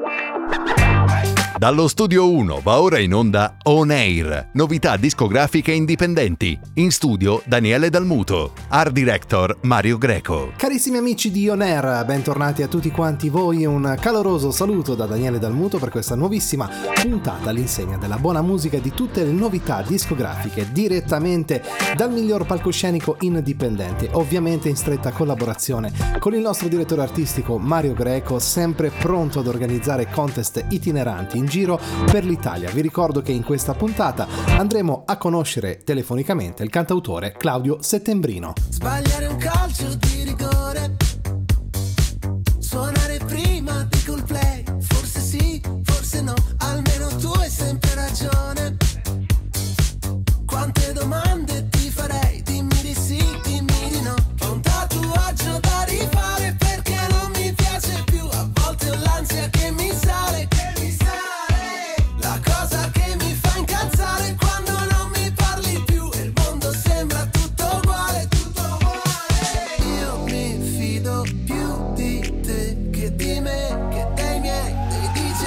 Dallo Studio 1 va ora in onda On Air, novità discografiche indipendenti. In studio Daniele Dalmuto, Art Director Mario Greco. Carissimi amici di On Air, bentornati a tutti quanti voi, un caloroso saluto da Daniele Dalmuto per questa nuovissima puntata all'insegna della buona musica e di tutte le novità discografiche direttamente dal miglior palcoscenico indipendente, ovviamente in stretta collaborazione con il nostro direttore artistico Mario Greco, sempre pronto ad organizzare contest itineranti in giro per l'Italia. Vi ricordo che in questa puntata andremo a conoscere telefonicamente il cantautore Claudio Settembrino. Sbagliare un calcio di rigore, suonare prima di Coldplay, forse sì, forse no, almeno tu hai sempre ragione. Quante domande ti farei, dimmi di sì, dimmi di no. Ho un tatuaggio da rifare perché non mi piace più, a volte ho l'ansia che mi sale, la cosa che mi fa incazzare quando non mi parli più e il mondo sembra tutto uguale, tutto uguale. Io mi fido più di te che di me, che dei miei, dei DJ.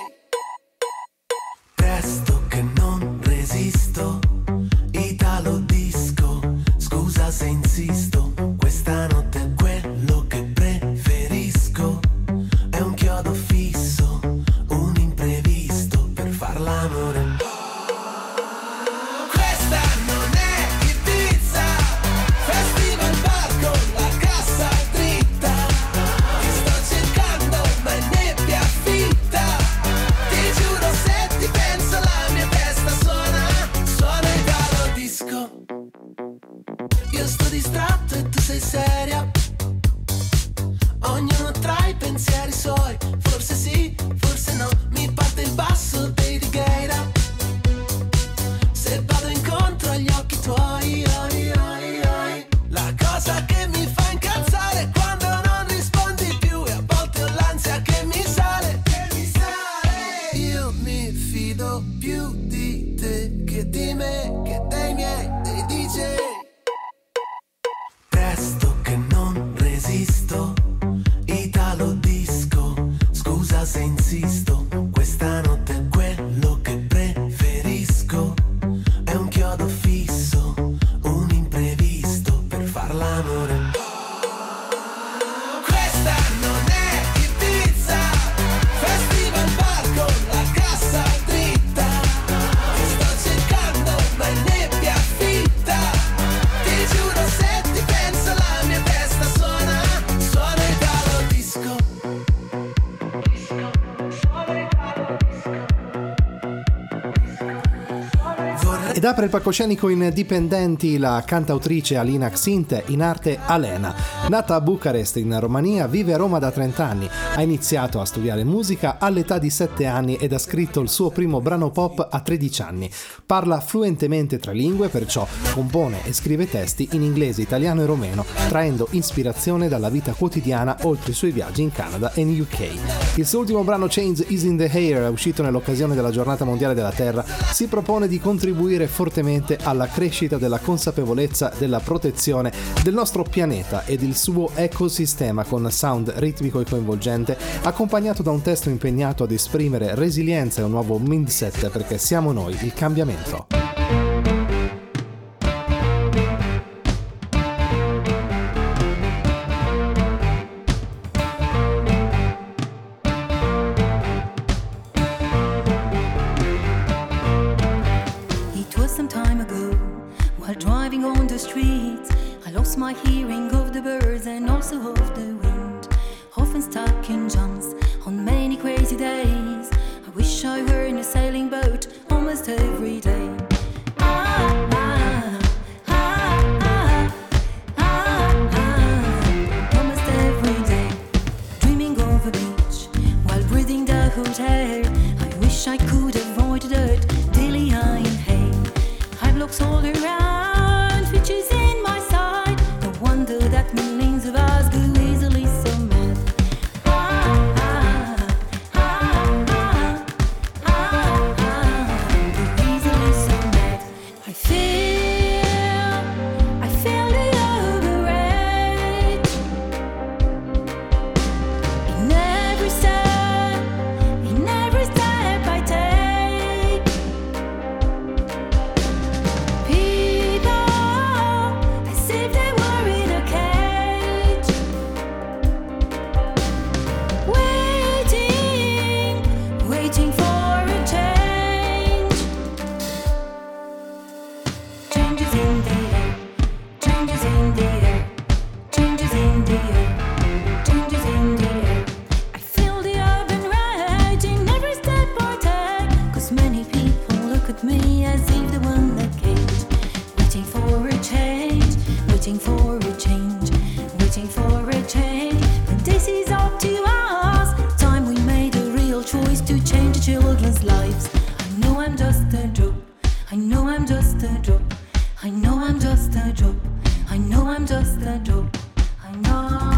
Presto che non resisto, Italo disco, scusa se insisto, questa notte è quello che preferisco, è un chiodo fisso, un imprevisto per far l'amore. Questa non è Ibiza, festival bar con la cassa dritta, ti sto cercando ma è nebbia fitta, ti giuro se ti penso la mia testa suona Italo disco. Io sto distratto e tu sei seria, ognuno tra i pensieri suoi, forse sì, forse no, mi parte il basso dei Righeira, se vado incontro agli occhi tuoi, la cosa che mi fa incazzare è quando non rispondi più e a volte ho l'ansia che mi sale, io mi fido più di te che di me, che dei miei, dei DJ. Presto che non resisto, Italo disco, scusa se insisto, questa notte è quello che preferisco, è un chiodo fisso, un imprevisto per far l'amore. Questa non è Ibiza, festival bar con la cassa dritta, ti sto cercando ma è nebbia fitta, ti giuro se ti penso la mia testa suona Italo disco. Ed apre il palcoscenico indipendenti la cantautrice Alina Xinte, in arte Alena. Nata a Bucarest in Romania, vive a Roma da 30 anni. Ha iniziato a studiare musica all'età di 7 anni ed ha scritto il suo primo brano pop a 13 anni. Parla fluentemente 3 lingue, perciò compone e scrive testi in inglese, italiano e romeno, traendo ispirazione dalla vita quotidiana oltre i suoi viaggi in Canada e in UK. Il suo ultimo brano Change is in the Air, uscito nell'occasione della Giornata Mondiale della Terra, si propone di contribuire fortemente alla crescita della consapevolezza della protezione del nostro pianeta ed il suo ecosistema, con sound ritmico e coinvolgente, accompagnato da un testo impegnato ad esprimere resilienza e un nuovo mindset, perché siamo noi il cambiamento. My hearing of the birds and also of the wind, often stuck in jumps on many crazy days. I wish I were in a sailing boat almost every day. Almost every day, dreaming of a beach while breathing the hot air. I wish I could avoid the dirt daily I inhale. I've looked all around, fishes in my side. No wonder that millions of us go easily so mad. Go easily so mad. I feel the overrate in every step, waiting for a change, waiting for a change. But this is up to us. Time we made a real choice to change the children's lives. I know I'm just a drop. I know I'm just a drop. I know I'm just a drop. I know I'm just a drop. I know.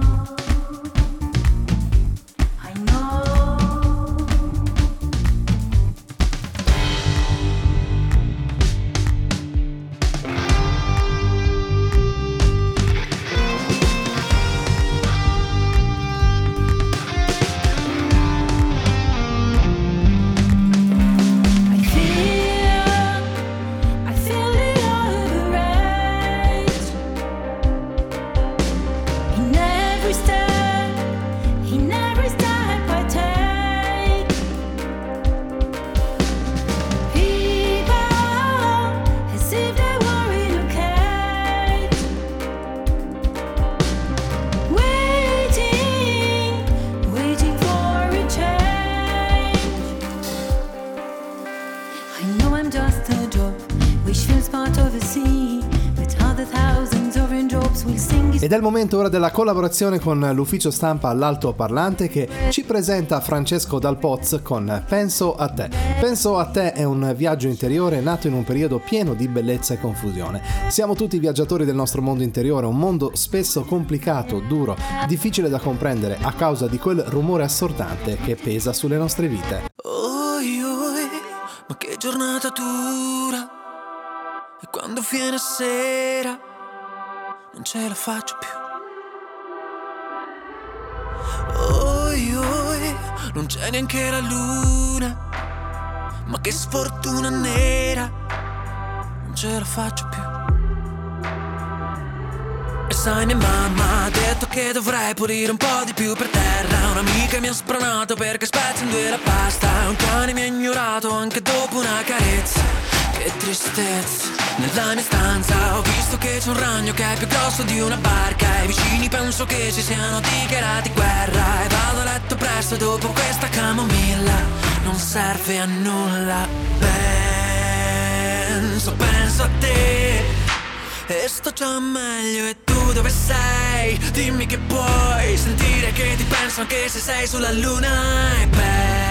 Ed è il momento ora della collaborazione con l'ufficio stampa all'altoparlante che ci presenta Francesco Dal Poz con Penso a te. Penso a te è un viaggio interiore nato in un periodo pieno di bellezza e confusione. Siamo tutti viaggiatori del nostro mondo interiore, un mondo spesso complicato, duro, difficile da comprendere a causa di quel rumore assordante che pesa sulle nostre vite. Oi, oi, ma che giornata dura. E quando viene sera non ce la faccio più. Oi, oi, non c'è neanche la luna. Ma che sfortuna nera, non ce la faccio più. E sai, mia mamma ha detto che dovrei pulire un po' di più per terra. Un'amica mi ha spronato perché spezzo in due la pasta. Un cane mi ha ignorato anche dopo una carezza. Che tristezza. Nella mia stanza ho visto che c'è un ragno che è più grosso di una barca. I vicini penso che ci siano dichiarati guerra. E vado a letto presto dopo questa camomilla. Non serve a nulla. Penso a te e sto già meglio. E tu dove sei? Dimmi che puoi sentire che ti penso anche se sei sulla luna. E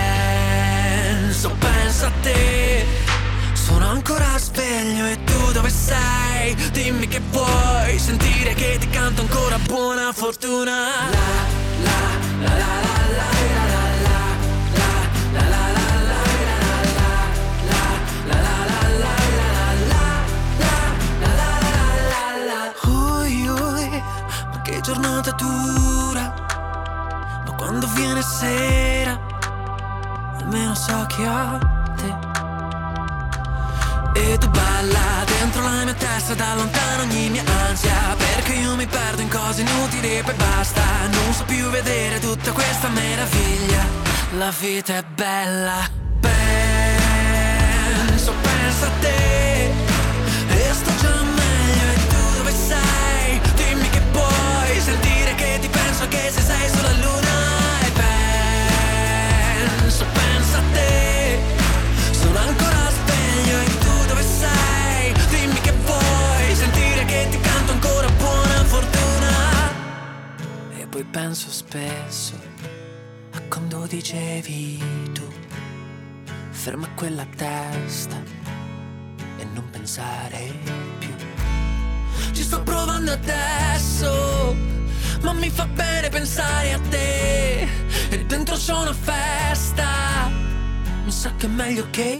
penso a te. Sono ancora sveglio e tu dove sei? Dimmi che puoi sentire che ti canto ancora buona fortuna. Oi, oi, ma che giornata dura. Ma quando viene sera almeno so che ho te. E tu balla dentro la mia testa, da lontano ogni mia ansia. Perché io mi perdo in cose inutili e poi basta. Non so più vedere tutta questa meraviglia. La vita è bella. Penso a te e sto già meglio. E tu dove sei? Dimmi che puoi sentire che ti penso anche se sei sulla luna. E penso a te. Sono ancora sveglio e tu dove sei? Dimmi che vuoi sentire che ti canto ancora buona fortuna. E poi penso spesso a quando dicevi tu: ferma quella testa e non pensare più. Ci sto provando adesso, ma mi fa bene pensare a te. E dentro c'è una festa, mi sa che è meglio che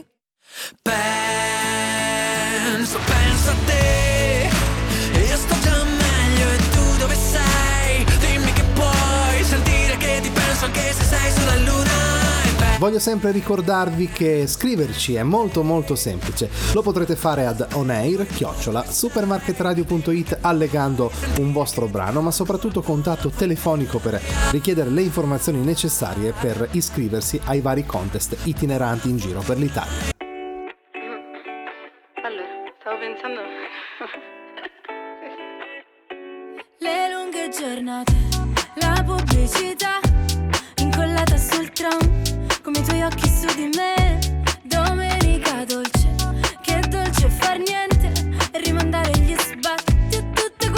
penso a te e sto già meglio. E tu dove sei? Dimmi che puoi sentire che ti penso anche se sei sulla luna. Voglio sempre ricordarvi che scriverci è molto molto semplice. Lo potrete fare ad onair@supermarketradio.it allegando un vostro brano, ma soprattutto contatto telefonico per richiedere le informazioni necessarie per iscriversi ai vari contest itineranti in giro per l'Italia. Allora, stavo pensando. Le lunghe giornate, la pubblicità incollata sul tram, come i tuoi occhi su di me. Domenica dolce, che dolce far niente e rimandare gli sbatti a tutte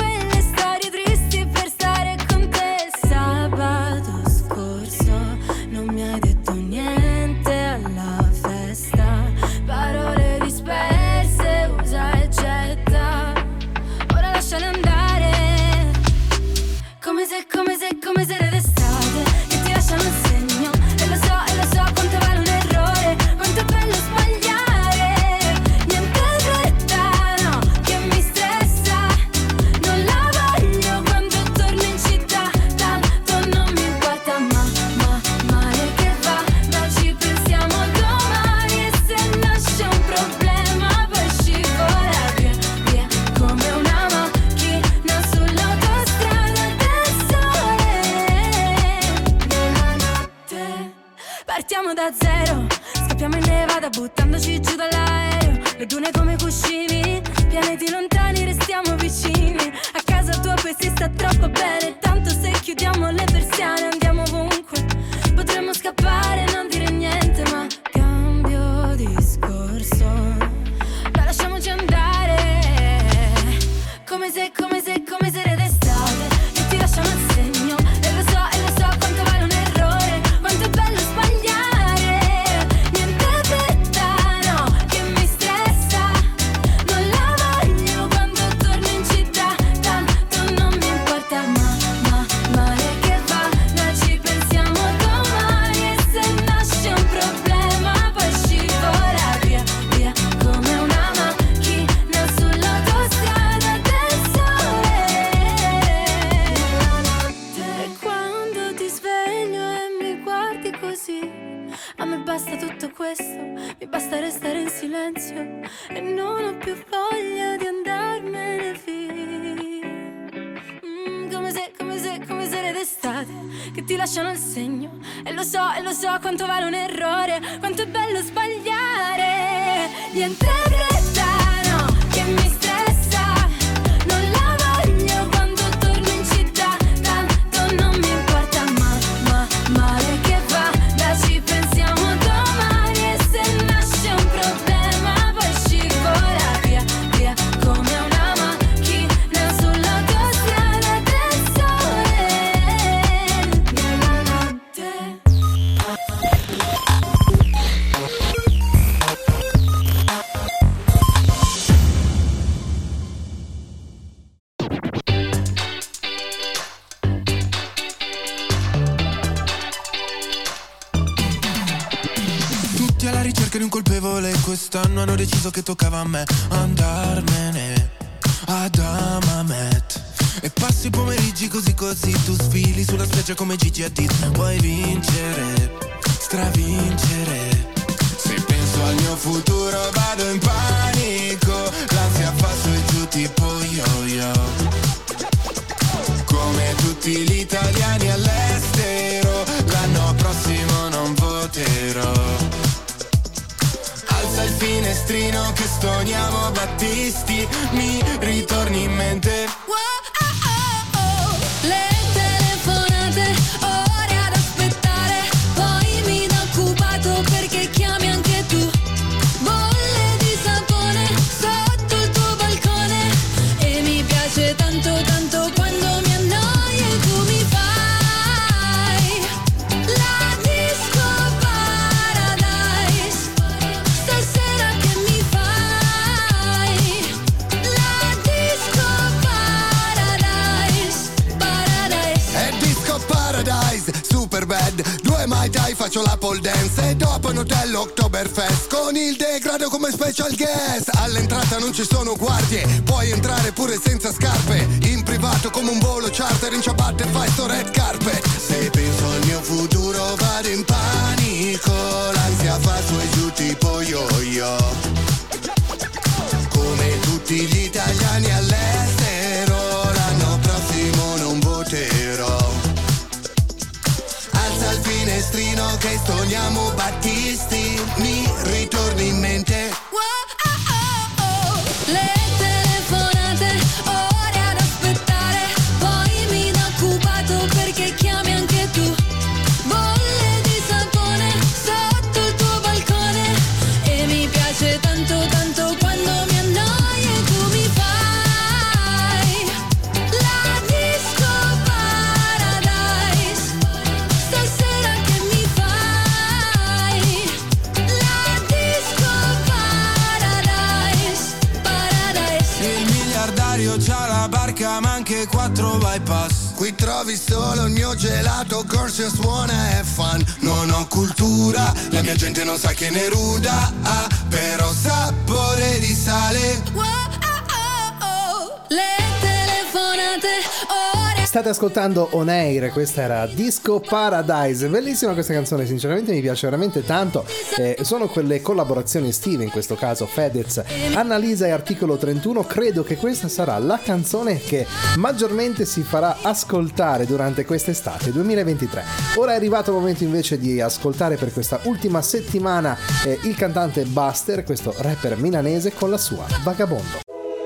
partiamo da zero. Scappiamo in Nevada buttandoci giù dall'aereo. Le dune come cuscini, pianeti lontani restiamo vicini. A casa tua poi si sta troppo bene, tanto se chiudiamo le persiane andiamo ovunque. Potremmo scappare e non dire niente, ma cambio discorso. Dai, lasciamoci andare, come se era d'estate, che ti lasciano il segno. E lo so quanto vale un errore, quanto è bello sbagliare. Niente fretta, no, che mi stressa. Non la voglio quando torno in città, tanto non mi importa. Male che va, noi ci pensiamo domani. E se nasce un problema poi scivola via, via come una macchina sull'autostrada del sole. E quando ti sveglio e mi guardi così, a me basta tutto questo, mi basta restare in silenzio e non ho più voglia di andarmene via. Come se era d'estate, che ti lasciano il segno. E lo so quanto vale un errore, quanto è bello sbagliare. Niente fretta, no, che mi stressa. Non la voglio quando torno in città, tanto non mi importa. Male che va, dai ci pensiamo domani. E se nasce un problema poi scivola via, via come una macchina sull'autostrada del sole. Nella notte. Tutti alla ricerca di un colpevole, quest'anno hanno deciso che toccava a me andarmene ad Amamet. E passi i pomeriggi così, tu sfili sulla spiaggia come Gigi Hadid. Vuoi vincere, stravincere. Se penso al mio futuro vado in panico, l'ansia fa su e giù tipo yo-yo. Come tutti gli italiani all'estero, l'anno prossimo non voterò. Alza il finestrino che stoniamo Battisti, mi ritorni in mente. Le telefonate, ore ad aspettare, poi mi da occupato perché chiami anche tu. Bolle di sapone sotto il tuo balcone, e mi piace tanto tanto quando mi annoio e tu mi fai la disco paradise. Stasera che mi fai la disco paradise, paradise. È Disco Paradise, super bad. Due Mai Tai, faccio la pole dance. E dopo un hotel Oktoberfest con il degrado come special guest. All'entrata non ci sono guardie, puoi entrare pure senza scarpe. In privato come un volo charter, in ciabatte fai sto red carpet. Se penso al mio futuro vado in panico, l'ansia fa su e giù tipo yo-yo. Come tutti gli italiani all'estero, l'anno prossimo non voterò. Alza il finestrino che stoniamo Battisti, mi ritorni in mente. Le telefonate, ore ad aspettare, poi mi da occupato perché chiami anche tu. Bolle di sapone sotto il tuo balcone, e mi piace tanto tanto quando mi annoio e tu mi fai la disco paradise. Stasera che mi fai la disco paradise, paradise. Il miliardario c'ha la barca ma anche 4 bypass. Qui trovi solo il mio gelato, Corsius suona e fun. Non ho cultura, la mia gente non sa che ne ruda, però sapore di sale. Le telefonate, ore State ascoltando On Air, questa era Disco Paradise, bellissima questa canzone, sinceramente mi piace veramente tanto. Sono quelle collaborazioni estive, in questo caso Fedez, Annalisa e Articolo 31. Credo che questa sarà la canzone che maggiormente si farà ascoltare durante quest'estate 2023. Ora è arrivato il momento invece di ascoltare per questa ultima settimana il cantante Buster, questo rapper milanese, con la sua Vagabondo.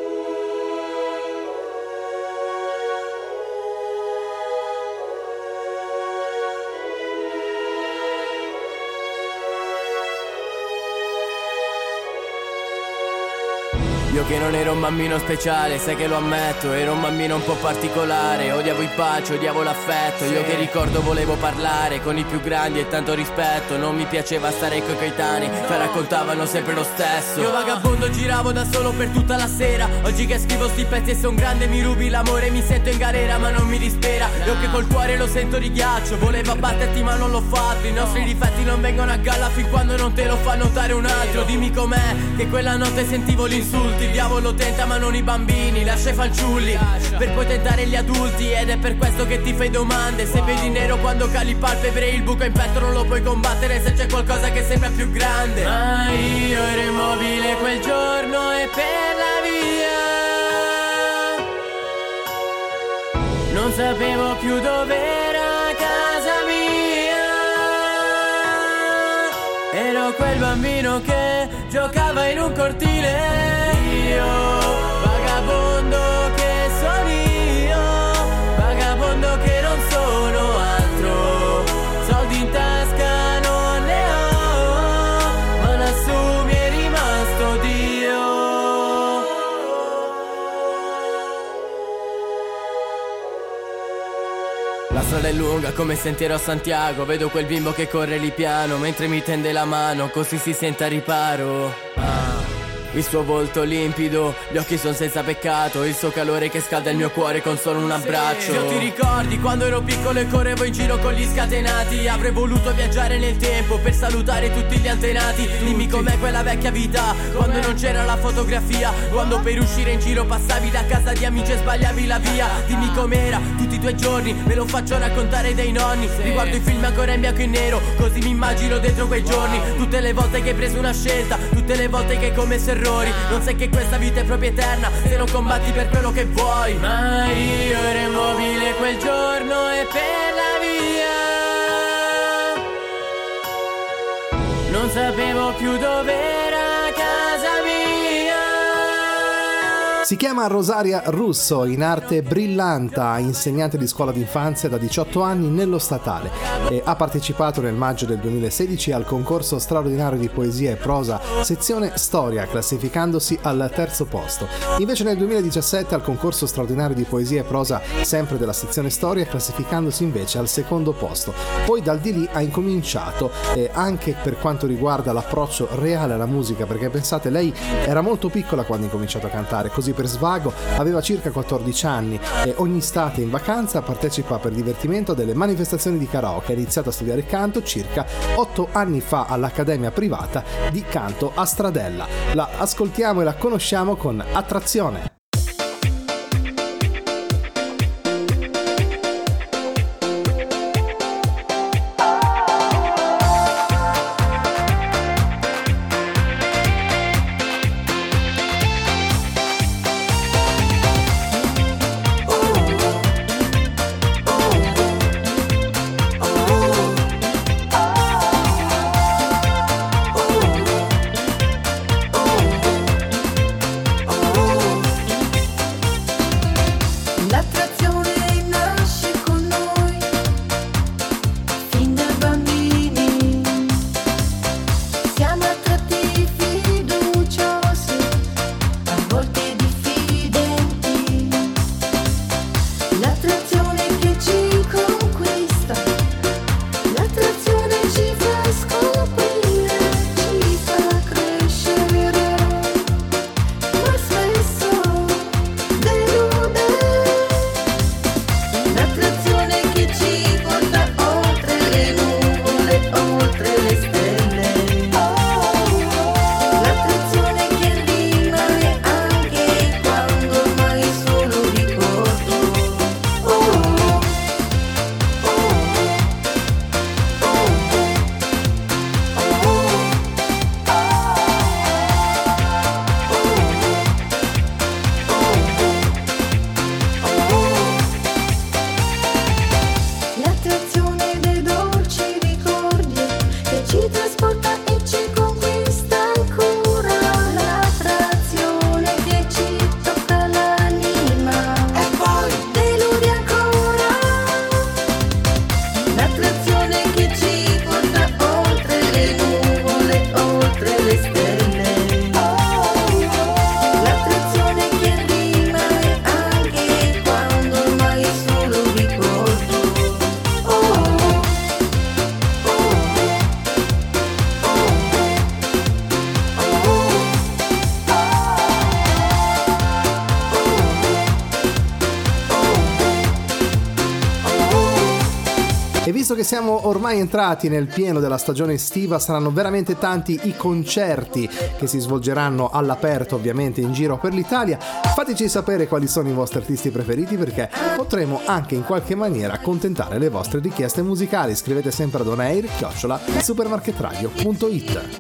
Io che non ero un bambino speciale, sai che lo ammetto, ero un bambino un po' particolare. Odiavo i baci, odiavo l'affetto. Io che ricordo volevo parlare con i più grandi e tanto rispetto. Non mi piaceva stare coi coetanei, che raccontavano sempre lo stesso. Io vagabondo giravo da solo per tutta la sera. Oggi che scrivo sti pezzi e son grande, mi rubi l'amore, mi sento in galera ma non mi dispera. Io che col cuore lo sento di ghiaccio, volevo abbatterti ma non l'ho fatto. I nostri difetti non vengono a galla fin quando non te lo fa notare un altro. Dimmi com'è che quella notte sentivo gli insulti. Il diavolo tenta ma non i bambini, lascia i fanciulli per poi tentare gli adulti. Ed è per questo che ti fai domande. Se vedi nero quando cali palpebre, il buco in petto non lo puoi combattere se c'è qualcosa che sembra più grande. Ma io ero immobile quel giorno e per la via non sapevo più dov'era casa mia. Ero quel bambino che giocava in un cortile. Io, vagabondo che sono io, vagabondo che non sono altro. Soldi in tasca non ne ho, ma lassù mi è rimasto Dio. La strada è lunga come sentiero a Santiago. Vedo quel bimbo che corre lì piano mentre mi tende la mano, così si sente a riparo. Il suo volto limpido, gli occhi sono senza peccato, il suo calore che scalda il mio cuore con solo un abbraccio. Io ti ricordi quando ero piccolo e correvo in giro con gli scatenati? Avrei voluto viaggiare nel tempo per salutare tutti gli antenati. Dimmi com'è quella vecchia vita, quando non c'era la fotografia, quando per uscire in giro passavi da casa di amici e sbagliavi la via. Dimmi com'era tutti i tuoi giorni, me lo faccio raccontare dai nonni. Riguardo i film ancora in bianco e nero, così mi immagino dentro quei giorni. Tutte le volte che hai preso una scelta, tutte le volte che hai commesso errori. Non sai che questa vita è proprio eterna se non combatti per quello che vuoi. Ma io ero immobile quel giorno e per la via non sapevo più dov'era casa mia. Si chiama Rosaria Russo, in arte brillanta, insegnante di scuola d'infanzia da 18 anni nello statale, e ha partecipato nel maggio del 2016 al concorso straordinario di poesia e prosa sezione storia, classificandosi al 3° posto. Invece nel 2017 al concorso straordinario di poesia e prosa sempre della sezione storia, classificandosi invece al 2° posto. Poi dal di lì ha incominciato anche per quanto riguarda l'approccio reale alla musica, perché pensate, lei era molto piccola quando ha incominciato a cantare, così per svago, aveva circa 14 anni e ogni estate in vacanza partecipa per divertimento a delle manifestazioni di karaoke. Ha iniziato a studiare canto circa 8 anni fa all'Accademia Privata di Canto a Stradella. La ascoltiamo e la conosciamo con Attrazione. visto che siamo ormai entrati nel pieno della stagione estiva, saranno veramente tanti i concerti che si svolgeranno all'aperto, ovviamente in giro per l'Italia. Fateci sapere quali sono i vostri artisti preferiti, perché potremo anche in qualche maniera accontentare le vostre richieste musicali. Scrivete sempre ad onair@supermarketradio.it.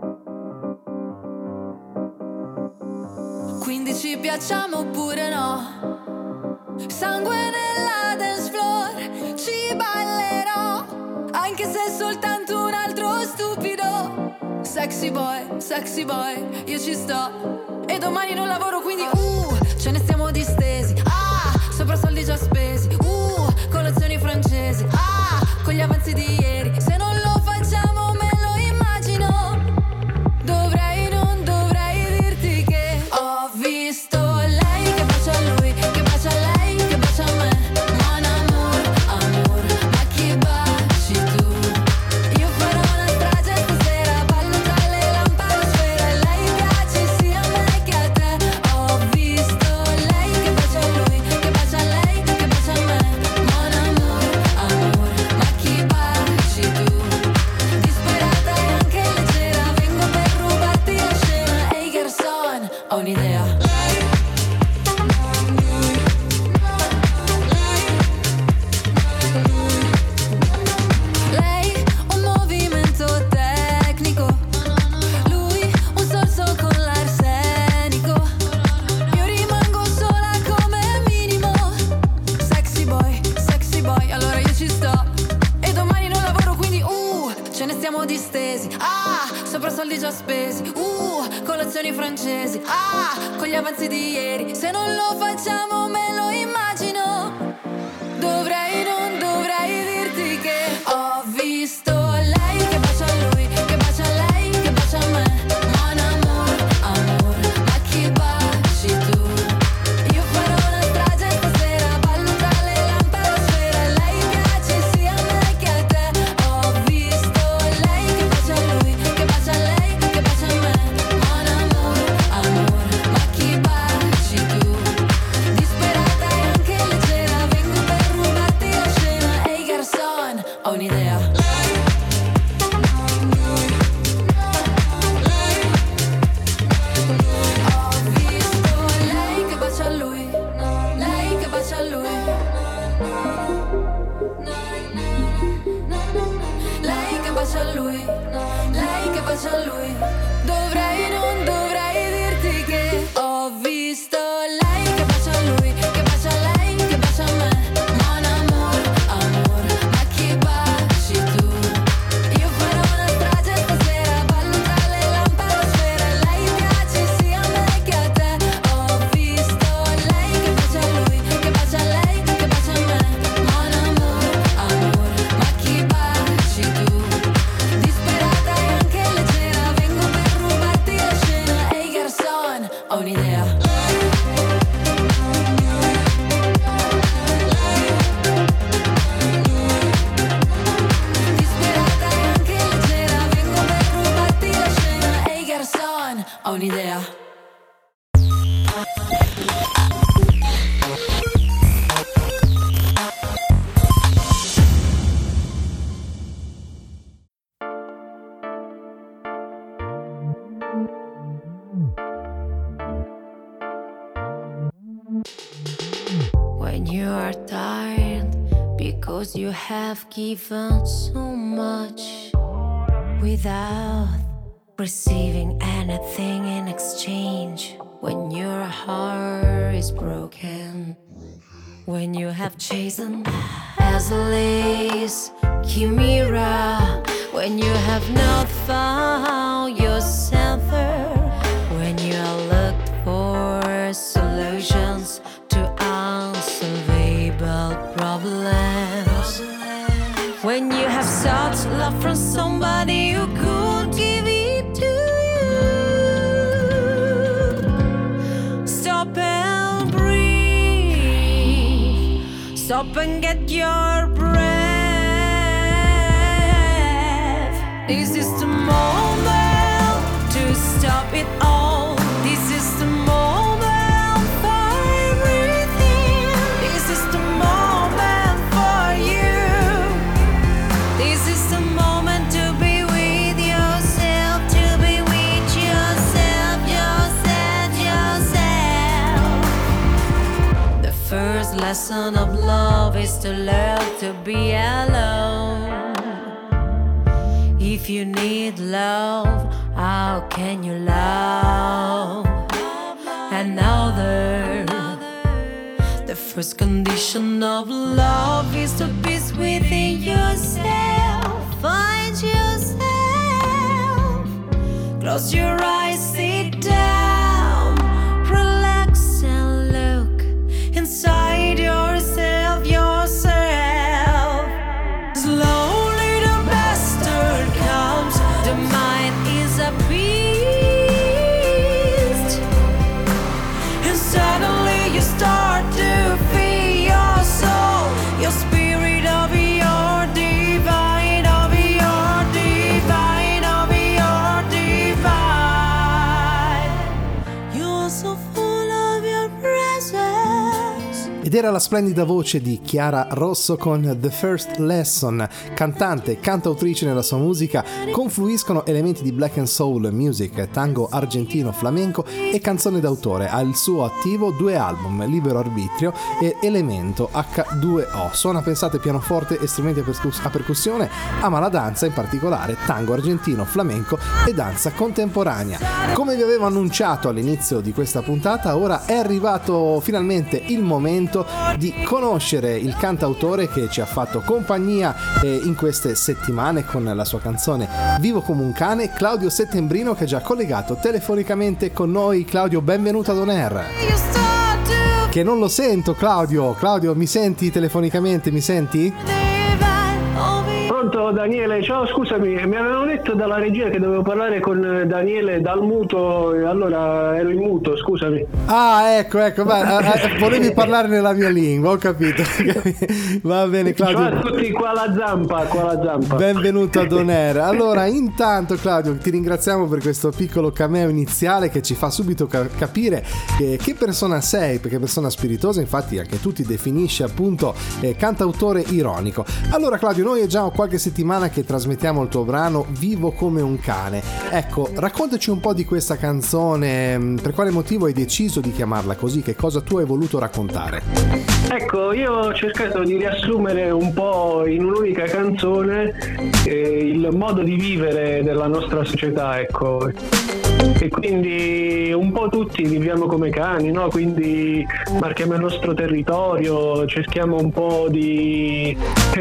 Quindi ci piacciamo oppure no? Sangue nella dance floor, ci ballerò, anche se è soltanto un altro stupido. Sexy boy, io ci sto. E domani non lavoro, quindi ce ne stiamo distesi. Sopra soldi già spesi. Colazioni francesi. Con gli avanzi di ieri. Se non lo facciamo me lo immagino. Non dovrei dirti che ho visto lei che bacia a lui, che bacia a lei, che bacia a me. Mon amour, ma chi baci tu? Io farò una strage stasera, ballo tra le lampadosfere. Lei piace sia a me che a te. Ho visto lei che bacia a lui, che bacia a lei, che bacia a me. Mon amour, ma chi baci tu? Disperata e anche leggera, vengo per rubarti la scena. Ehi garçon, ho un'idea. Lei un movimento tecnico, lui un sorso con l'arsenico. Io rimango sola come minimo. Sexy boy, allora io ci sto. E domani non lavoro, quindi ce ne stiamo distesi. Sopra soldi già spesi. Colazioni francesi. Con gli avanzi di ieri. Se non lo facciamo me lo immagino. Non dovrei dirti che ho visto lei che bacia a lui, che bacia a lei, che bacia a me. Mon amour, ma chi baci tu? Io farò una strage stasera, ballo tra le lampadosfere. Lei piace sia a me che a te. Ho visto lei che bacia a lui, che bacia a lei, che bacia a me. Mon amour, ma chi baci tu? Disperata e anche leggera, vengo per rubarti la scena. Ehi garçon, ho un'idea. Ho visto lei che bacia a lui, lei che bacia a lui. Lei che bacia a lui, lei che bacia a lui. Non dovrei dirti che ho visto lei che bacia a lui, che bacia a lei, che bacia a me. Mon amour, ma chi baci tu? Io farò una strage stasera, ballo tra le lampadosfere. Lei piace sia a me che a te. Ho visto lei che bacia a lui, che bacia a lei, che bacia a me. Mon amour, ma chi baci tu? Disperata e anche leggera, vengo per rubarti la scena. Ehi garçon, ho un'idea. Disperata e anche leggera, vengo per rubarti la scena. Ehi garçon, ho un'idea. When you are tired because you have given so much without receiving anything in exchange. When your heart is broken, when you have chosen as a lace chimera, when you have not found yourself there, when you are looked for solutions to unsolvable problems, when you have sought love from somebody who could give it to you. Stop and breathe. Stop and get your breath. This is the moment to stop it all. This is the moment for everything. This is the moment for you. lesson of love is to learn to be alone. If you need love, how can you love another? The first condition of love is to peace within yourself. Find yourself. Close your eyes, sit down, relax and look inside yourself, yourself. Slowly the bastard comes, the mind is a beast, and suddenly you start to feel your soul, your spirit of your divine, of your divine, of your divine. You're so full of your presence. Ed era la splendida voce di Chiara Rosso con The First Lesson. Cantante e cantautrice nella sua musica confluiscono elementi di black and soul music, tango argentino, flamenco e canzone d'autore. Ha il suo attivo 2 album, Libero Arbitrio e Elemento H2O. Suona, pensate, pianoforte e strumenti a percussione, ama la danza, in particolare tango argentino, flamenco e danza contemporanea. Come vi avevo annunciato all'inizio di questa puntata, ora è arrivato finalmente il momento di conoscere il cantautore che ci ha fatto compagnia in queste settimane con la sua canzone Vivo come un cane, Claudio Settembrino, che è già collegato telefonicamente con noi. Claudio, benvenuto ad On Air. Che non lo sento, Claudio. Claudio, mi senti telefonicamente? Mi senti? Pronto Daniele, ciao, scusami, mi avevano detto dalla regia che dovevo parlare con Daniele dal muto, e allora ero in muto, scusami. Ah, ecco, volevi parlare nella mia lingua, ho capito. Va bene, Claudio. Ciao a tutti, qua la zampa. Benvenuto ad On Air. Allora, intanto, Claudio, ti ringraziamo per questo piccolo cameo iniziale che ci fa subito capire che persona sei, perché persona spiritosa, infatti anche tu ti definisci appunto cantautore ironico. Allora, Claudio, noi è già qualche settimana che trasmettiamo il tuo brano Vivo come un cane. Ecco, raccontaci un po' di questa canzone, per quale motivo hai deciso di chiamarla così, che cosa tu hai voluto raccontare? Ecco, io ho cercato di riassumere un po' in un'unica canzone il modo di vivere della nostra società, ecco. E quindi un po' tutti viviamo come cani, no? Quindi marchiamo il nostro territorio, cerchiamo un po' di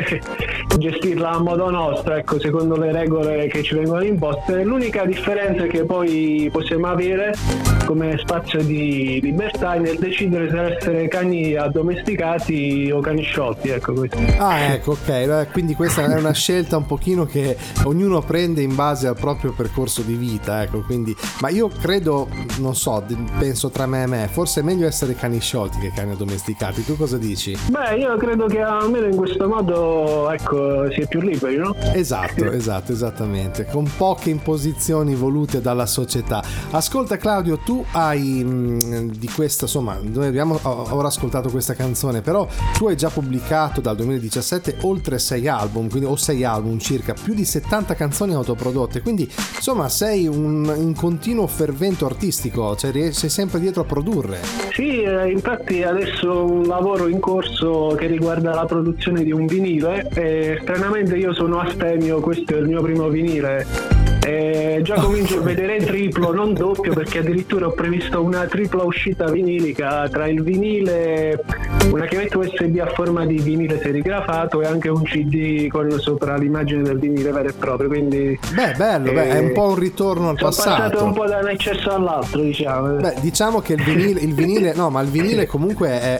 gestirla a modo nostro, ecco, secondo le regole che ci vengono imposte. L'unica differenza che poi possiamo avere come spazio di libertà è nel decidere se essere cani addomesticati o cani sciolti, ecco questo. Ah, ecco, ok, quindi questa è una scelta un pochino che ognuno prende in base al proprio percorso di vita, ecco, quindi. Ma io credo, non so, penso tra me e me, forse è meglio essere cani sciolti che cani addomesticati. Tu cosa dici? Beh, io credo che almeno in questo modo, ecco, si è più liberi, no? Esatto, esattamente, con poche imposizioni volute dalla società. Ascolta, Claudio, tu hai di questa, insomma, noi abbiamo ora ascoltato questa canzone, però tu hai già pubblicato dal 2017 oltre 6 album, quindi o 6 album circa, più di 70 canzoni autoprodotte, quindi insomma sei un continuo fervento artistico, cioè sei sempre dietro a produrre. Sì, infatti adesso un lavoro in corso che riguarda la produzione di un vinile e stranamente io sono astemio, questo è il mio primo vinile. Già comincio a vedere triplo, non doppio, perché addirittura ho previsto una tripla uscita vinilica tra il vinile, una chiavetta USB a forma di vinile serigrafato e anche un CD con sopra l'immagine del vinile vero e proprio, quindi bello, è un po' un ritorno al passato. Sono passato un po' da un eccesso all'altro, diciamo. Diciamo che il vinile no, ma il vinile comunque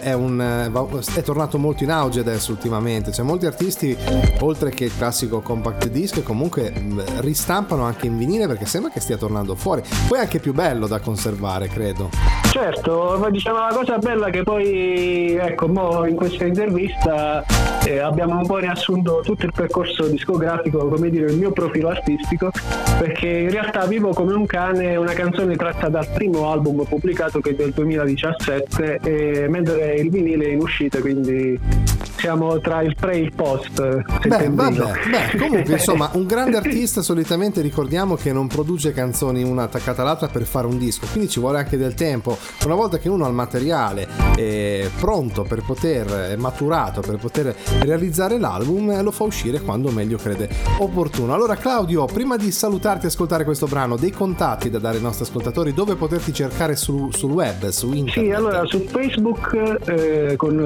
è tornato molto in auge adesso ultimamente, cioè molti artisti oltre che il classico compact disc comunque ristampano anche in vinile, perché sembra che stia tornando fuori, poi è anche più bello da conservare, credo. Certo, ma diciamo la cosa bella che poi, ecco, mo in questa intervista abbiamo un po' riassunto tutto il percorso discografico, come dire, il mio profilo artistico, perché in realtà Vivo come un cane è una canzone tratta dal primo album pubblicato che è del 2017, mentre il vinile è in uscita, quindi siamo tra il pre e il post. Comunque insomma un grande artista solitamente ricordiamo che non produce canzoni una attaccata all'altra per fare un disco, quindi ci vuole anche del tempo. Una volta che uno ha il materiale pronto per poter, maturato per poter realizzare l'album, lo fa uscire quando meglio crede opportuno. Allora Claudio, prima di salutarti e ascoltare questo brano, dei contatti da dare ai nostri ascoltatori, dove poterti cercare sul web, su internet? Sì, allora su Facebook con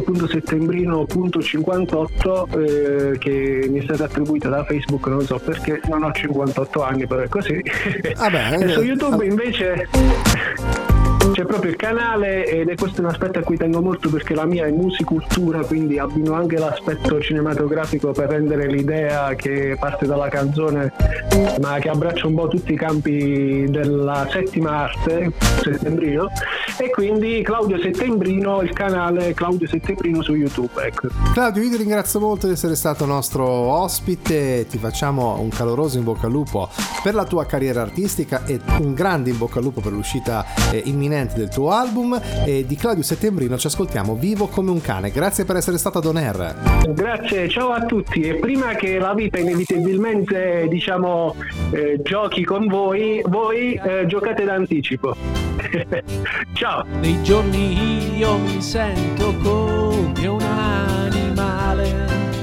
claudio.settembrino.58 che mi è stata attribuita da Facebook, non so perché, non ho 58 anni, però è così. E su YouTube invece c'è proprio il canale, ed è questo un aspetto a cui tengo molto perché la mia è musicultura, quindi abbino anche l'aspetto cinematografico per rendere l'idea che parte dalla canzone ma che abbraccia un po' tutti i campi della settima arte, Settembrino, e quindi Claudio Settembrino, il canale Claudio Settembrino su YouTube, ecco. Claudio, io ti ringrazio molto di essere stato nostro ospite, ti facciamo un caloroso in bocca al lupo per la tua carriera artistica e un grande in bocca al lupo per l'uscita imminente del tuo album. E di Claudio Settembrino ci ascoltiamo Vivo come un cane. Grazie per essere stato ad On Air. Grazie, ciao a tutti, e prima che la vita inevitabilmente giochi con voi giocate d'anticipo. Ciao. Nei giorni io mi sento come un animale,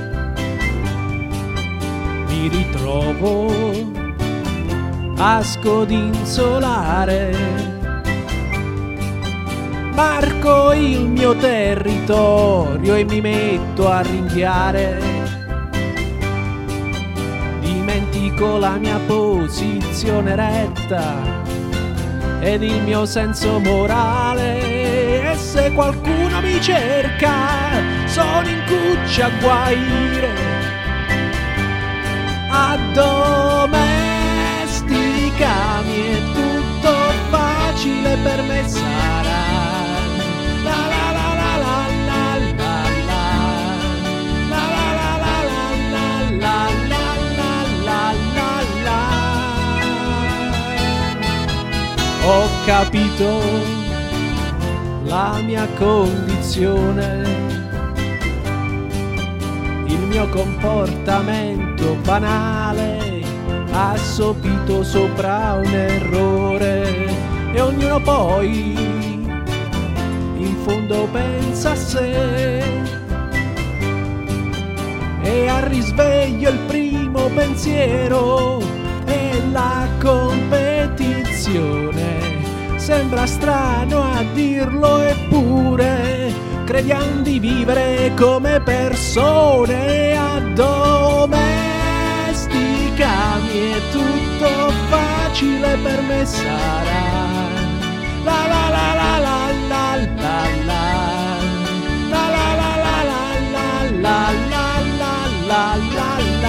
mi ritrovo a scodinzolare, marco il mio territorio e mi metto a ringhiare, dimentico la mia posizione retta ed il mio senso morale, e se qualcuno mi cerca sono in cuccia a guaire, addomesticami e tutto facile per me sarà. La la la la la la la la la la la la la la. Ho capito la mia condizione, il mio comportamento banale, assopito sopra un errore, e ognuno poi in fondo pensa a sé, e al risveglio il primo pensiero è la competizione. Sembra strano a dirlo, eppure crediamo di vivere come persone, addomesticami e tutto facile per me sarà. La la la la la la la la la la la la la la la la.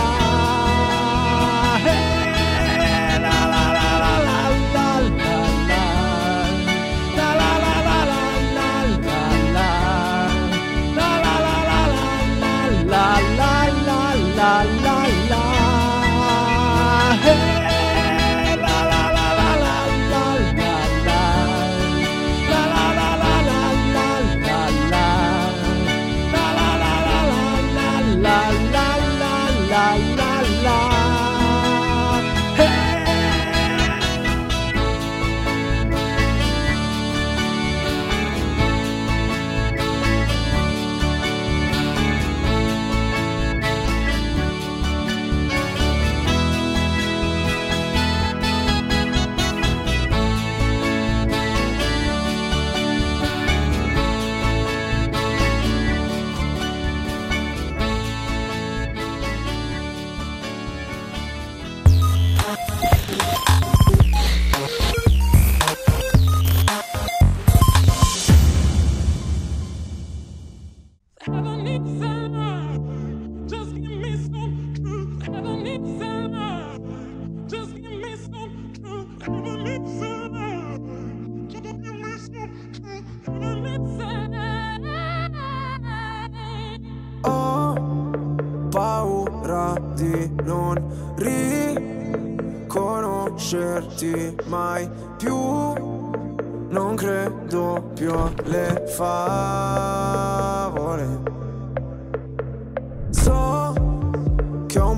Mai più non credo più alle favole,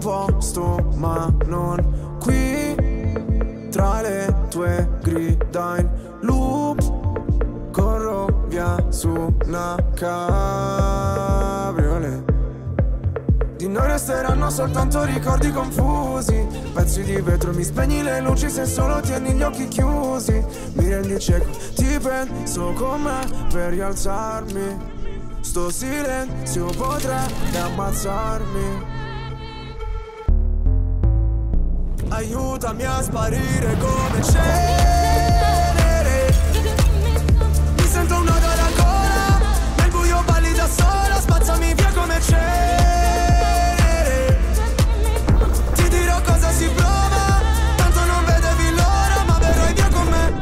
posto ma non qui. Tra le tue grida in loop corro via su una cabriolet. Di noi resteranno soltanto ricordi confusi, pezzi di vetro, mi spegni le luci se solo tieni gli occhi chiusi. Mi rendi cieco, ti penso con me per rialzarmi. Sto silenzio potrebbe ammazzarmi. Aiutami a sparire come cenere. Mi sento un nodo alla gola, nel buio balli da sola, spazzami via come cenere. Ti dirò cosa si prova, tanto non vedevi l'ora, ma verrai via con me.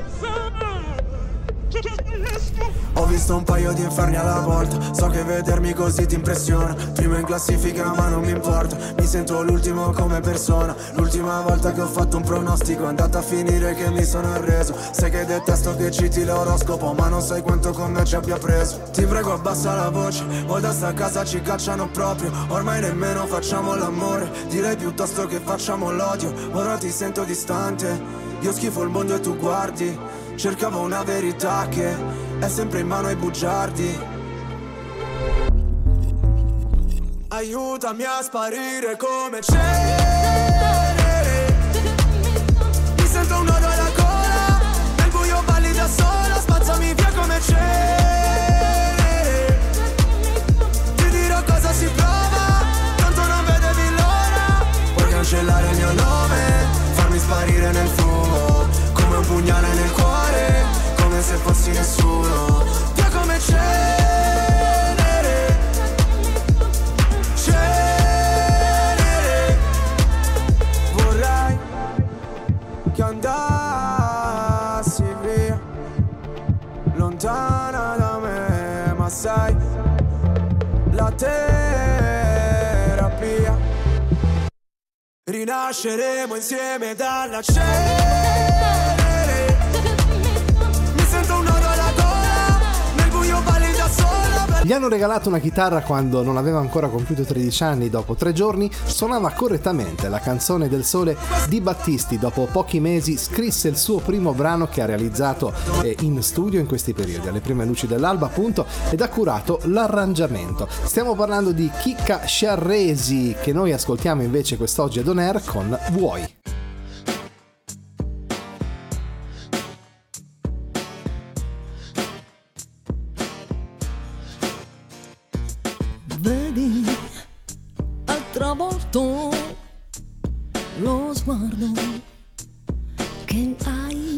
Ho visto un paio di inferni alla volta, so che vedermi così ti impressiona. Primo in classifica ma non mi importa, mi sento l'ultimo come persona. L'ultima volta che ho fatto un pronostico è andata a finire che mi sono arreso. Sai che detesto che citi l'oroscopo, ma non sai quanto con me ci abbia preso. Ti prego abbassa la voce, o da sta casa ci cacciano proprio. Ormai nemmeno facciamo l'amore, direi piuttosto che facciamo l'odio. Ora ti sento distante, io schifo il mondo e tu guardi. Cercavo una verità che è sempre in mano ai bugiardi. Aiutami a sparire come cenere. Mi sento un nodo alla gola, nel buio balli da sola, spazzami via come cenere. Ti dirò cosa si prova, tanto non vedevi l'ora. Puoi cancellare il mio nome, farmi sparire nel fumo, come un pugnale nel cuore, come se fossi nessuno. Via come cenere, cenere. Vorrei che andassi via, lontana da me, ma sai, la terapia. Rinasceremo insieme dalla cenere. Mi sento un nodo alla gola, nel buio balli da sola. Gli hanno regalato una chitarra quando non aveva ancora compiuto 13 anni. Dopo 3 giorni suonava correttamente la canzone del sole di Battisti. Dopo pochi mesi scrisse il suo primo brano che ha realizzato in studio in questi periodi, alle prime luci dell'alba appunto, ed ha curato l'arrangiamento. Stiamo parlando di Chicca Sciarresi, che noi ascoltiamo invece quest'oggi ad On Air con Vuoi. Vedi al travolto lo sguardo che hai,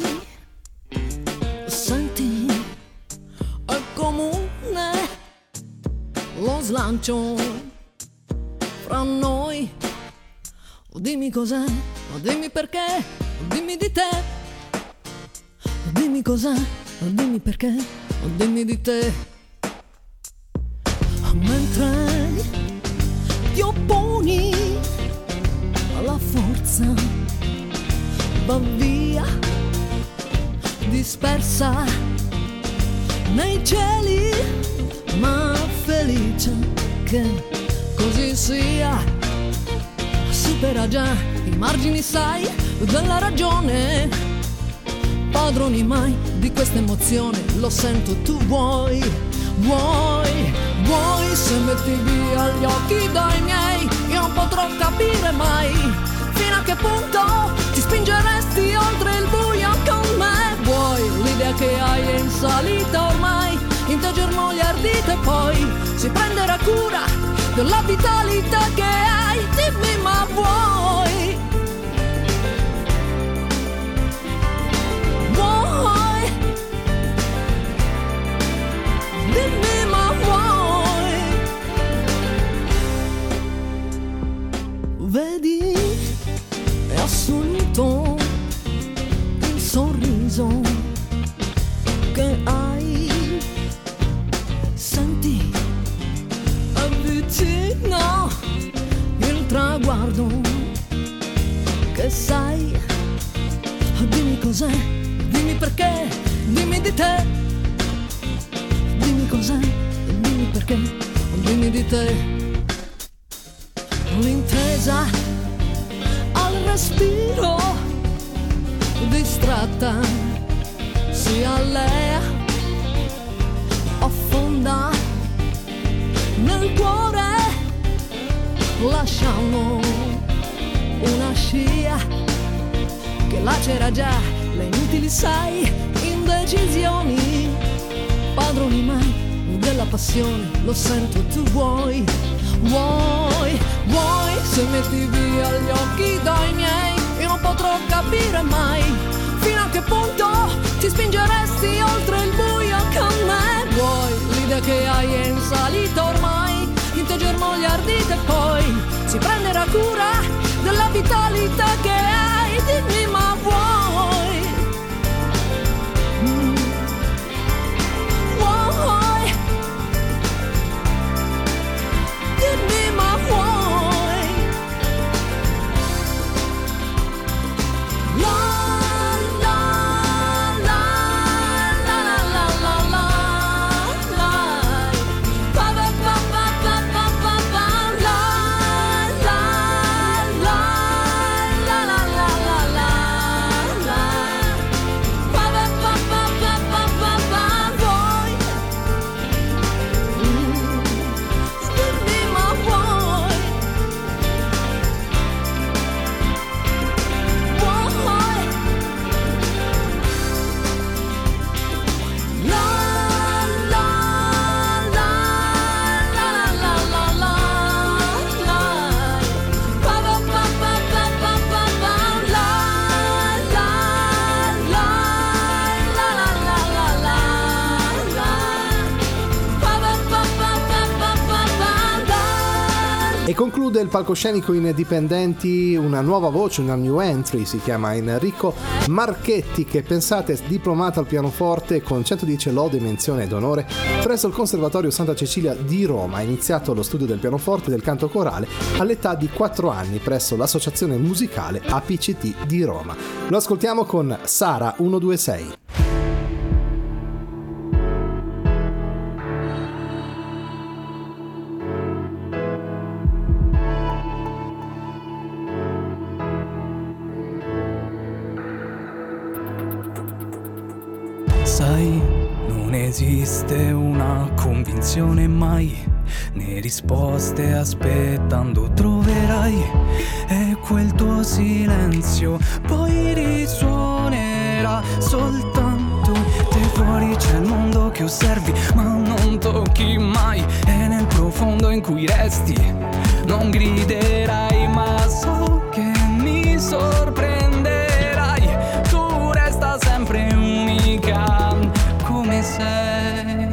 senti al comune lo slancio fra noi. Dimmi cos'è, dimmi perché, dimmi di te. Dimmi cos'è, dimmi perché, dimmi di te. Mentre ti opponi alla forza, va via dispersa nei cieli, ma felice che così sia. Supera già i margini, sai, della ragione, padroni mai di questa emozione. Lo sento, tu vuoi, vuoi, vuoi. Se metti via gli occhi dai miei, io non potrò capire mai fino a che punto ti spingeresti oltre il buio con me. Vuoi, l'idea che hai è in salita ormai, in te germogli ardite e poi si prenderà cura della vitalità che hai. Dimmi ma vuoi, vuoi, dimmi ma vuoi. Vedi, è assoluto il sorriso che hai. Senti, avvicina il traguardo che sai. Dimmi cos'è, dimmi perché, dimmi di te. Dimmi cos'è, dimmi perché, dimmi di te. l'intesa al respiro, distratta si allea, affonda nel cuore, lasciamo una scia che lacera già le inutili sai indecisioni, padroni mai della passione, lo sento, tu vuoi, se metti via gli occhi dai miei, io non potrò capire mai fino a che punto ti spingeresti oltre il buio con me. Vuoi l'idea che hai è in salita ormai, in te germoglia ardita e poi si prenderà cura della vitalità che hai, dimmi ma vuoi, dimmi ma vuoi, la la la la la la la la la, pa pa pa pa pa pa pa pa, la la la la la la la la la, pa pa pa pa pa pa pa pa, vuoi, dimmi ma vuoi, vuoi, la la la la la la la la, pa pa pa pa pa pa pa pa, la la la la la la la la la, pa pa pa pa pa pa pa pa la. E conclude il palcoscenico Indipendenti una nuova voce, una new entry, si chiama Enrico Marchetti, che pensate è diplomato al pianoforte con 110 lode, menzione ed onore presso il Conservatorio Santa Cecilia di Roma. Ha iniziato lo studio del pianoforte e del canto corale all'età di 4 anni presso l'Associazione Musicale APCT di Roma. Lo ascoltiamo con Sara 126. Sai, non esiste una convinzione mai, né risposte aspettando troverai, e quel tuo silenzio poi risuonerà soltanto. Te fuori c'è il mondo che osservi ma non tocchi mai, e nel profondo in cui resti non griderai, ma so che mi sorprenderai, tu resta sempre unica come sei.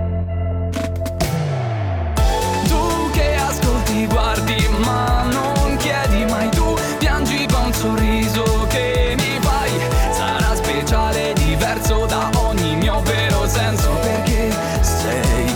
Tu che ascolti, guardi ma non chiedi mai, tu piangi con un sorriso che mi fai, sarà speciale, diverso da ogni mio vero senso, perché sei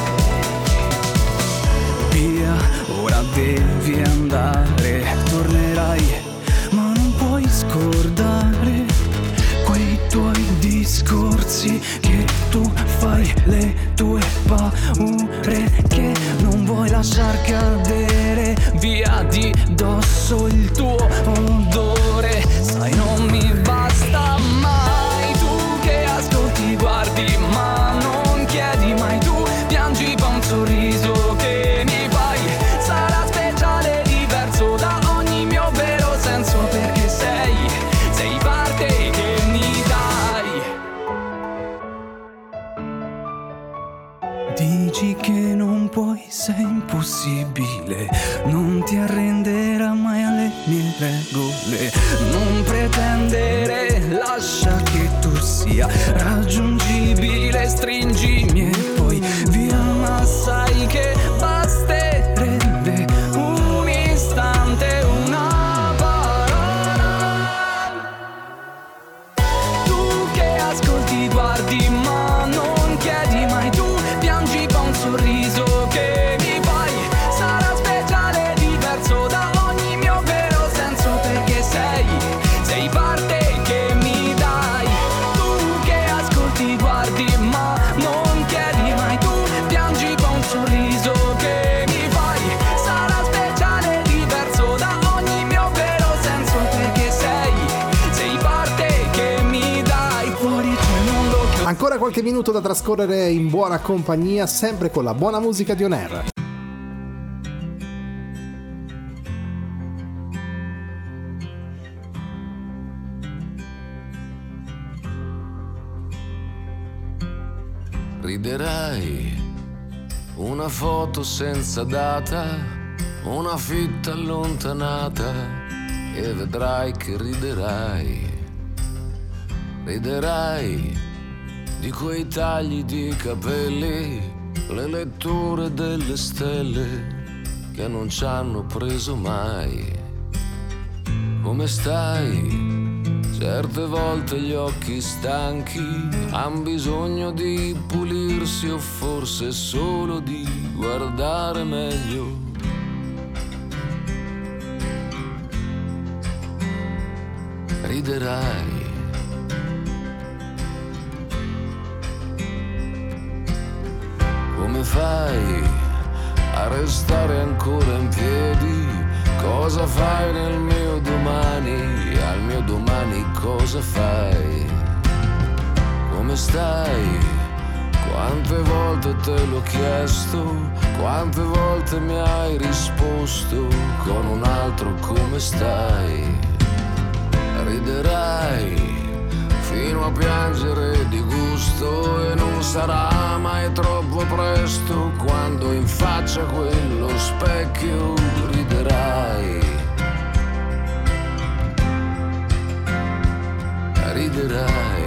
via, ora devi andare, tornerai ma non puoi scordare quei tuoi discorsi che tu fai, le tue paure che non vuoi lasciar cadere via di dosso, il tuo odore, sai non mi basta mai. Tu che ascolti, guardi ma non chiedi mai, tu piangi con un sorriso che mi fai, sarà speciale, diverso da ogni mio vero senso, perché sei parte che mi dai. Dici che non puoi, sei impossibile, non ti arrenderà mai alle mie regole, non pretendere, lascia che tu sia raggiungibile, stringimi e poi via, ma sai che basterebbe un istante, una parola. Tu che ascolti, guardi ma non chiedi mai, tu piangi con un sorriso che mi fai, sarà speciale. Ancora qualche minuto da trascorrere in buona compagnia, sempre con la buona musica di On Air. Riderai, una foto senza data, una fitta allontanata, e vedrai che riderai. Riderai di quei tagli di capelli, le letture delle stelle che non ci hanno preso mai. Come stai? Certe volte gli occhi stanchi han bisogno di pulirsi o forse solo di guardare meglio. Riderai. Come fai a restare ancora in piedi? Cosa fai nel mio domani? Al mio domani cosa fai? Come stai? Quante volte te l'ho chiesto, quante volte mi hai risposto con un altro come stai? Riderai fino a piangere di gusto e non sarà mai troppo presto quando in faccia quello specchio riderai. Riderai.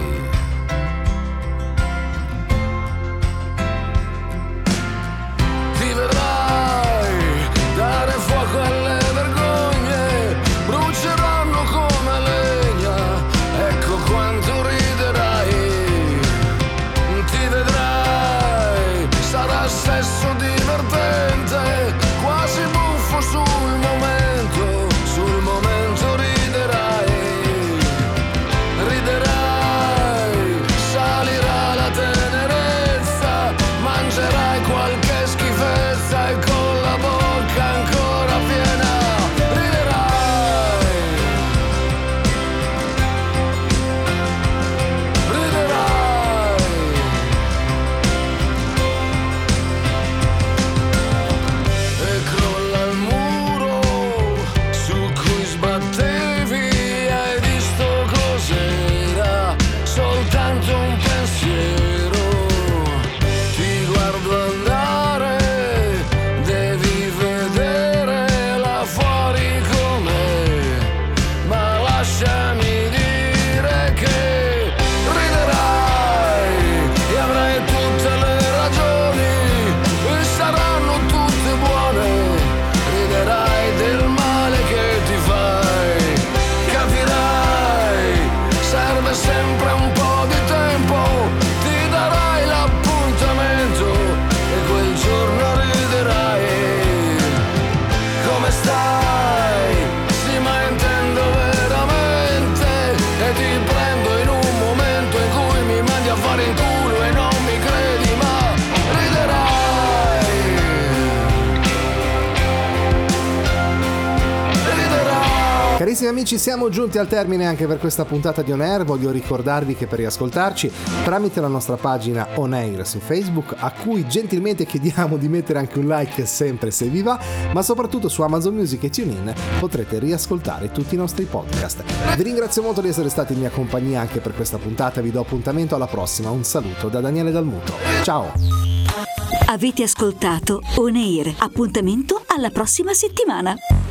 Ti vedrai dare fuoco alle vergogne, bruceranno come legna, ecco quanto riderai. Ti vedrai, sarà sesso divertente, quasi buffo sul momento riderai. Riderai, salirà la tenerezza, mangerai qualche schifezza e con la bocca ancora piena riderai. Riderai. E crolla il muro su cui sbattevi, hai visto cos'era? Soltanto un pensiero. Ti guardo andare, devi vedere là fuori com'è, ma lasciami dire che riderai e avrai tutte le ragioni e saranno tutte buone. Riderai del male che ti fai, capirai, serve sempre un po' di tempo, ti darai l'appuntamento e quel giorno riderai. Come stai? Sì, ma intendo veramente, e ti prendo in un momento in cui mi mandi a fare in culo e non mi credi, ma riderai. Riderai. Carissimi amici, siamo giunti al termine anche per questa puntata di On Air. Voglio ricordarvi che per riascoltarci tramite la nostra pagina On Air su Facebook, a cui gentilmente chiediamo di mettere anche un like sempre se vi va, ma soprattutto su Amazon Music e TuneIn potrete riascoltare tutti i nostri podcast. Vi ringrazio molto di essere stati in mia compagnia anche per questa puntata, vi do appuntamento alla prossima. Un saluto da Daniele Dalmuto. Ciao! Avete ascoltato On Air. Appuntamento alla prossima settimana.